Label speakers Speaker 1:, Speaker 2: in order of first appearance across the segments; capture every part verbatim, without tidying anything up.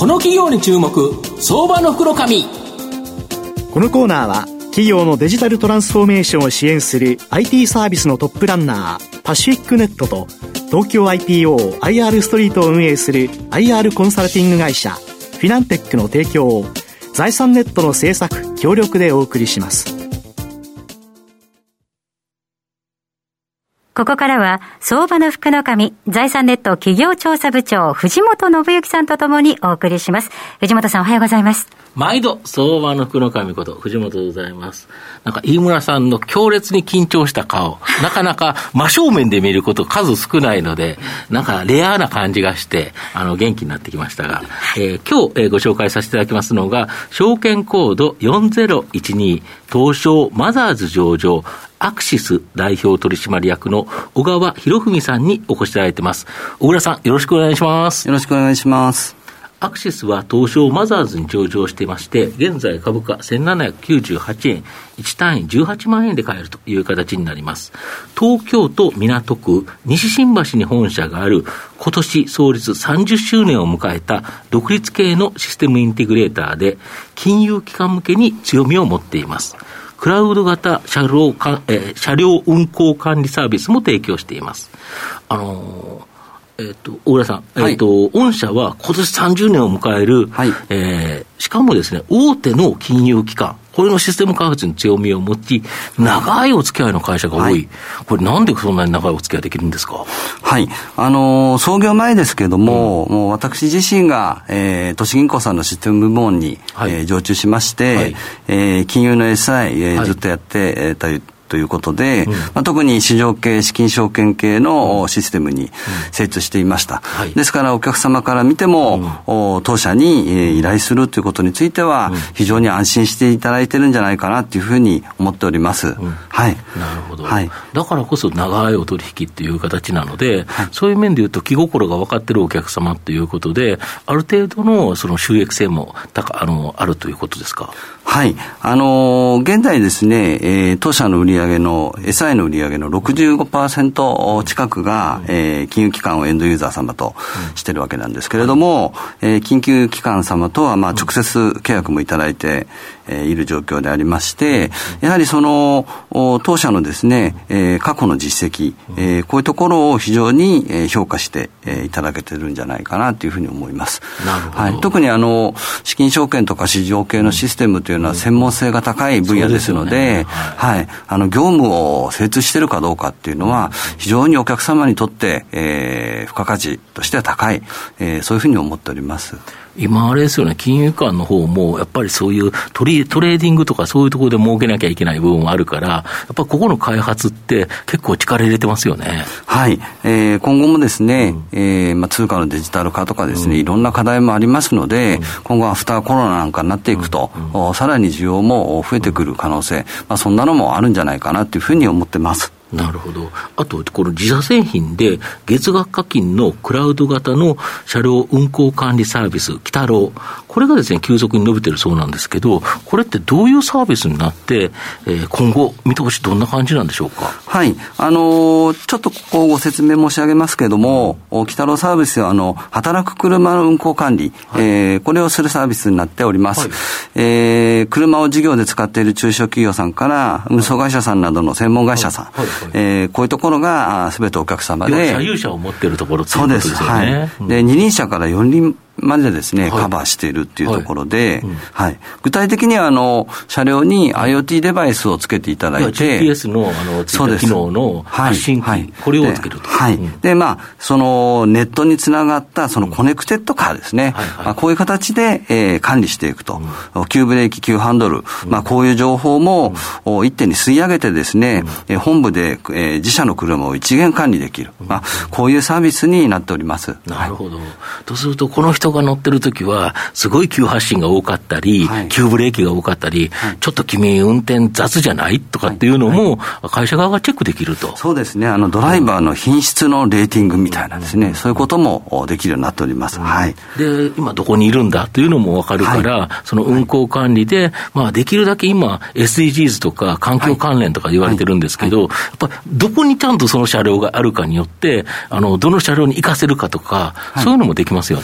Speaker 1: この企業に注目、相場の福の神。
Speaker 2: このコーナーは企業のデジタルトランスフォーメーションを支援する アイティー サービスのトップランナーパシフィックネットと、東京 アイピーオー アイアール ストリートを運営する アイアール コンサルティング会社フィナンテックの提供を財産ネットの制作協力でお送りします。
Speaker 3: ここからは相場の福の神、財産ネット企業調査部長藤本信之さんとともにお送りします。藤本さん、おはようございます。
Speaker 4: 毎度相場の福の神こと藤本でございます。なんか飯村さんの強烈に緊張した顔、なかなか真正面で見ること数少ないので、なんかレアな感じがしてあの元気になってきましたが、えー、今日、えー、ご紹介させていただきますのが、証券コードよんぜろいちに東証マザーズ上場アクシス代表取締役の小川博文さんにお越しいただいています。小倉さん、よろしくお願いします。
Speaker 5: よろしくお願いします。
Speaker 4: アクシスは東証マザーズに上場していまして、現在株価せんななひゃくきゅうじゅうはちえん、いち単位じゅうはちまんえんで買えるという形になります。東京都港区西新橋に本社がある、今年創立さんじゅっしゅうねんを迎えた独立系のシステムインテグレーターで、金融機関向けに強みを持っています。クラウド型車両か、えー、車両運行管理サービスも提供しています。あのーえっ、ー、と、小倉さん、はい、えっ、ー、と、御社は今年さんじゅうねんを迎える、はい、えー、しかもですね、大手の金融機関、これのシステム開発に強みを持ち、長いお付き合いの会社が多い。はい、これなんでそんなに長いお付き合いできるんですか？
Speaker 5: はい。あのー、創業前ですけども、うん、もう私自身が、えー、都市銀行さんのシステム部門に、はい、えー、常駐しまして、はい、えー、金融の エスアイ、えーはい、ずっとやってえー、ということで、うん、まあ、特に市場系、資金証券系のシステムに精通していました。うんはい、ですからお客様から見ても、うん、当社に依頼するということについては、うん、非常に安心していただいているんじゃないかなというふうに思っております。うん、
Speaker 4: はい。なるほど。はい。だからこそ長いお取引っていう形なので、はい、そういう面でいうと気心が分かっているお客様ということで、ある程度のその収益性も高あのあるということですか？
Speaker 5: はい。あのー、現在ですね、えー、当社の売上の エスアイ の売上の ろくじゅうごパーセント 近くが、うん、えー、金融機関をエンドユーザー様としているわけなんですけれども、うん、えー、緊急機関様とはまあ直接契約もいただいて、えー、いる状況でありまして、やはりその当社のですね、えー、過去の実績、えー、こういうところを非常に評価して、えー、いただけてるんじゃないかなというふうに思います。
Speaker 4: なるほど。
Speaker 5: はい、特にあの資金証券とか市場系のシステムというのは専門性が高い分野ですので、でね、はい、はい、あの業務を精通しているかどうかっていうのは非常にお客様にとって、えー、付加価値としては高い、えー、そういうふうに思っております。
Speaker 4: 今あれですよね、金融機関の方もやっぱりそういうトレ、トレーディングとかそういうところで儲けなきゃいけない部分もあるから、やっぱここの開発って結構力入れてますよね。
Speaker 5: はい、えー、今後もですね、うん、えーまあ、通貨のデジタル化とかですね、うん、いろんな課題もありますので、うん、今後アフターコロナなんかになっていくと、うんうん、さらに需要も増えてくる可能性、まあ、そんなのもあるんじゃないかなというふうに思ってます。
Speaker 4: なるほど。あとこの自社製品で月額課金のクラウド型の車両運行管理サービスキタロウ、これがですね急速に伸びてるそうなんですけど、これってどういうサービスになって、えー、今後見通しどんな感じなんでしょうか？
Speaker 5: はい、あのー、ちょっとここご説明申し上げますけれども、キタロウサービスはあの働く車の運行管理、はい、えー、これをするサービスになっております。はい、えー、車を事業で使っている中小企業さんから運送会社さんなどの専門会社さん、はいはいはい、えー、こういうところがすべてお客様で
Speaker 4: 車有車を持っているところということですよね。そうです、はい、
Speaker 5: うん、で二輪車から四輪までですね、はい、カバーしているっていうところで、はいうんはい、具体的にはあの車両に IoT デバイスをつけていただいて、
Speaker 4: ジーピーエス のあのついた機能の発信機、はいはい、これをつけると。
Speaker 5: はい。で、うん、でまあそのネットにつながったそのコネクテッドカーですね。うんはいはい、まあ、こういう形で、えー、管理していくと、うん、急ブレーキ、急ハンドル、うん、まあこういう情報も、うん、一手に吸い上げてですね、うん、本部で、えー、自社の車を一元管理できる、うん、まあこういうサービスになっております。
Speaker 4: なるほど。はい、とするとこの人が乗ってるときはすごい急発進が多かったり、はい、急ブレーキが多かったり、はい、ちょっと君運転雑じゃないとかっていうのも、はい、会社側がチェックできると。
Speaker 5: そうですね、あのドライバーの品質のレーティングみたいなですね、うん、そういうこともできるようになっております。うん、はい。
Speaker 4: で今どこにいるんだというのも分かるから、はい、その運行管理で、まあ、できるだけ今 エスディージーズ とか環境関連とか言われてるんですけど、はいはいはい、やっぱどこにちゃんとその車両があるかによって、あのどの車両に行かせるかとか、はい、そういうのもできますよね。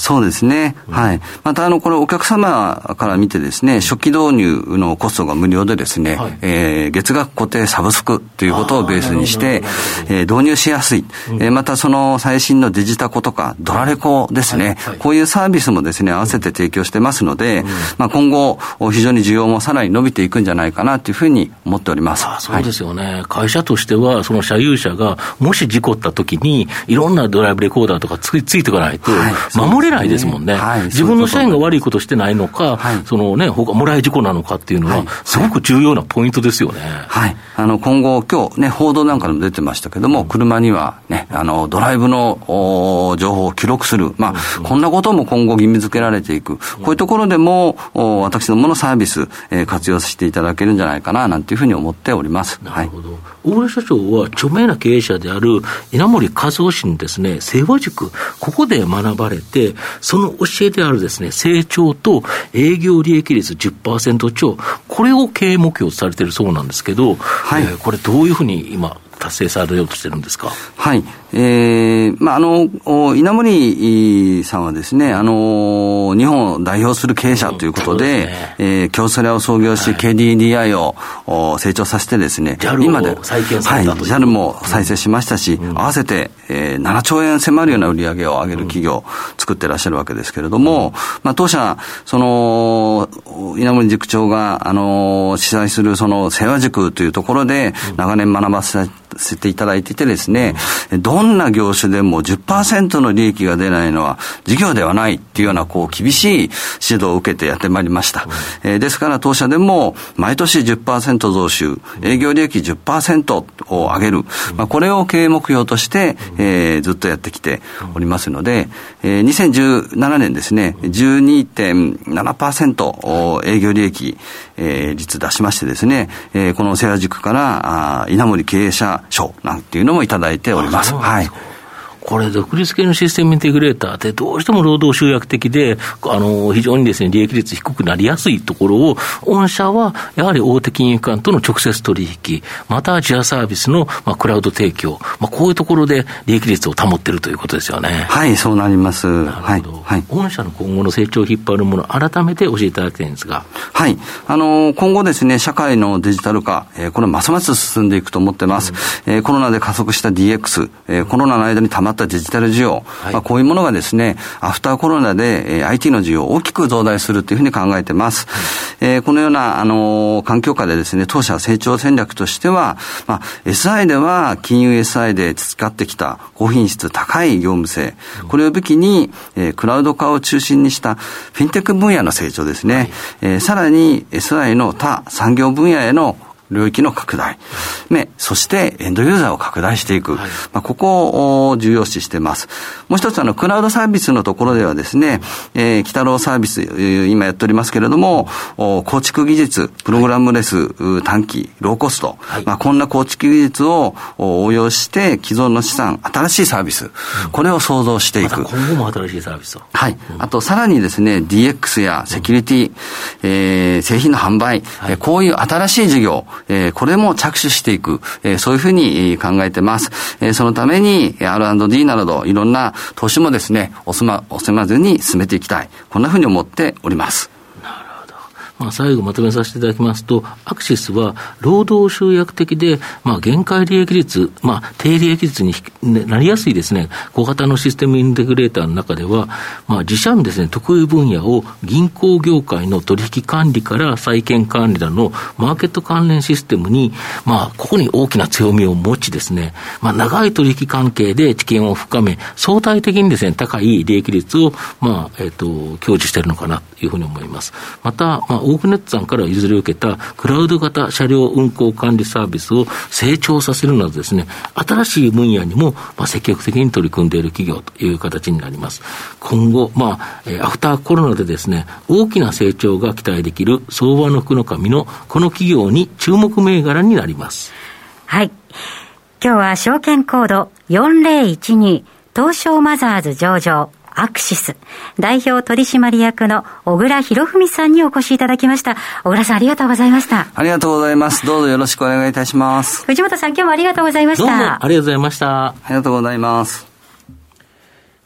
Speaker 5: そうですね。うん、はい。また、あの、これお客様から見てですね、初期導入のコストが無料でですね、はい、えー、月額固定サブスクということをベースにして、えー、導入しやすい。うん、えー、また、その最新のデジタコとか、ドラレコですね、はいはい、こういうサービスもですね、合わせて提供してますので、うん、まあ、今後、非常に需要もさらに伸びていくんじゃないかなというふうに思っております。
Speaker 4: あ、そうですよね。はい、会社としては、その社有者が、もし事故った時に、いろんなドライブレコーダーとかつい、ついていかないと、守れないですもんね。はい、自分の社員が悪いことしてないのか、はい、そのね、他、もらい事故なのかっていうのは、すごく重要なポイントですよね。
Speaker 5: はい。あの、今後、今日ね、報道なんかでも出てましたけども、車にはね、あの、ドライブの情報を記録する。まあ、うん、こんなことも今後義務付けられていく。こういうところでも、私どものサービス、えー、活用していただけるんじゃないかな、なんていうふうに思っております。
Speaker 4: なるほど。はい、大村社長は著名な経営者である稲森和夫氏にですね、清和塾、ここで学ばれて、その教えであるですね、成長と営業利益率 じゅっパーセント 超、これを経営目標とされているそうなんですけど、はい、えー、これどういうふうに今達成されようとしてるんですか？
Speaker 5: はい。えー、まあ、あの、稲森さんはですね、あの、日本を代表する経営者ということで、うん、ね、えー、京セラを創業し、はい、ケーディーディーアイ を成長させてですね、
Speaker 4: ジャル 今で再建されたという。はい、
Speaker 5: ジャル も再生しましたし、うん、合わせて、えー、ななちょうえん迫るような売り上げを上げる企業を作ってらっしゃるわけですけれども、うん、まあ、当社、その、稲森塾長が、あの、主催するその、清和塾というところで、長年学ばせていただいていてですね、うん、どんな業種でも じゅっパーセント の利益が出ないのは事業ではないっていうようなこう厳しい指導を受けてやってまいりました。うん、えー、ですから当社でも毎年 じゅっパーセント 増収、営業利益 じゅっパーセント を上げる、うん、まあ、これを経営目標として、えー、ずっとやってきておりますので、えー、にせんじゅうななねんですね、じゅうにてんななパーセント 営業利益、えー、率出しましてですね、えー、この清和塾からあ稲森経営者賞なんていうのもいただいております。はい。
Speaker 4: これ独立系のシステムインテグレーターってどうしても労働集約的で、あの、非常にですね、利益率低くなりやすいところを、御社はやはり大手金融機関との直接取引、また自社サービスの、まあ、クラウド提供、まあ、こういうところで利益率を保っているということですよね。
Speaker 5: はい、そうなります。なるほ
Speaker 4: ど。はい。御社の今後の成長を引っ張るもの、改めて教えていただきたいんですが。
Speaker 5: はい。あの、今後ですね、社会のデジタル化、えー、これますます進んでいくと思ってます。うん、えー、コロナで加速した ディーエックス、えー、コロナの間に溜まったデジタル需要、はい、まあ、こういうものがですね、アフターコロナで、えー、アイティー の需要を大きく増大するというふうに考えています。はい、えー、このような、あのー、環境下でですね、当社成長戦略としては、まあ、エスアイ では金融 エスアイ で培ってきた高品質高い業務性、うん、これを武器に、えー、クラウド化を中心にしたフィンテック分野の成長ですね。はい、えー、さらに エスアイ の他産業分野への領域の拡大、ね、そしてエンドユーザーを拡大していく、はい、まあ、ここを重要視しています。もう一つあのクラウドサービスのところではですね、えー、北郎サービス、今やっておりますけれども、構築技術、プログラムレス、はい、短期、ローコスト、はい、まあ、こんな構築技術を応用して既存の資産、新しいサービス、うん、これを創造していく。
Speaker 4: ま、今後も新しいサービスを。
Speaker 5: はい。うん、あとさらにですね、ディーエックス やセキュリティ、うん、えー、製品の販売、はい、こういう新しい事業、えー、これも着手していく、えー、そういうふうに考えてます。えー、そのために アールアンドディー などいろんな投資もですね、遅ま、遅まずに進めていきたい。こんなふうに思っております。
Speaker 4: まあ、最後まとめさせていただきますと、アクシスは労働集約的で、まあ、限界利益率、まあ、低利益率になりやすいですね、小型のシステムインテグレーターの中では、まあ、自社のですね、得意分野を銀行業界の取引管理から債券管理などのマーケット関連システムに、まあ、ここに大きな強みを持ちですね、まあ、長い取引関係で知見を深め、相対的にですね、高い利益率を、まあ、えっと、享受しているのかなというふうに思います。また、まあオークネットさんから譲り受けたクラウド型車両運行管理サービスを成長させるなどですね、新しい分野にもまあ積極的に取り組んでいる企業という形になります。今後、まあ、えー、アフターコロナでですね、大きな成長が期待できる相場の福の神のこの企業に注目銘柄になります。
Speaker 3: はい。今日は証券コードよんぜろいちに東証マザーズ上場アクシス代表取締役の小倉博文さんにお越しいただきました。小倉さん、ありがとうございました。
Speaker 5: ありがとうございます。どうぞよろしくお願いいたします。
Speaker 3: 藤本さん、今日もありがとうございました。
Speaker 4: どうもありがとうございました。
Speaker 5: ありがとうございます。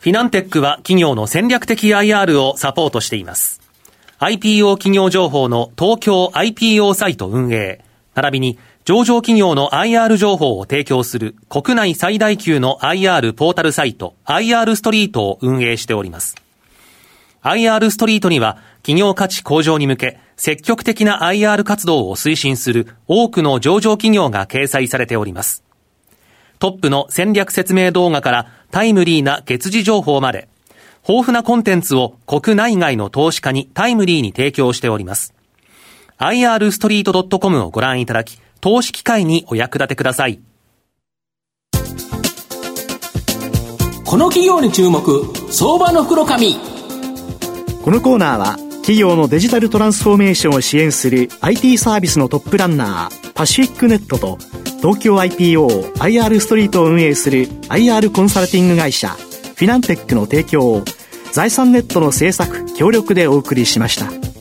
Speaker 6: フィナンテックは企業の戦略的 アイアール をサポートしています。アイピーオー 企業情報の東京 アイピーオー サイト運営、並びに上場企業の アイアール 情報を提供する国内最大級の アイアール ポータルサイト アイアール ストリートを運営しております。アイアール ストリートには企業価値向上に向け積極的な アイアール 活動を推進する多くの上場企業が掲載されております。トップの戦略説明動画からタイムリーな月次情報まで、豊富なコンテンツを国内外の投資家にタイムリーに提供しております。アイアールストリートドットコム をご覧いただき、投資機会にお役立てください。
Speaker 1: この企業に注目、相場の袋紙。
Speaker 2: このコーナーは企業のデジタルトランスフォーメーションを支援する アイティー サービスのトップランナーパシフィックネットと東京 アイピーオー アイアール ストリートを運営する アイアール コンサルティング会社フィナンテックの提供を財産ネットの制作協力でお送りしました。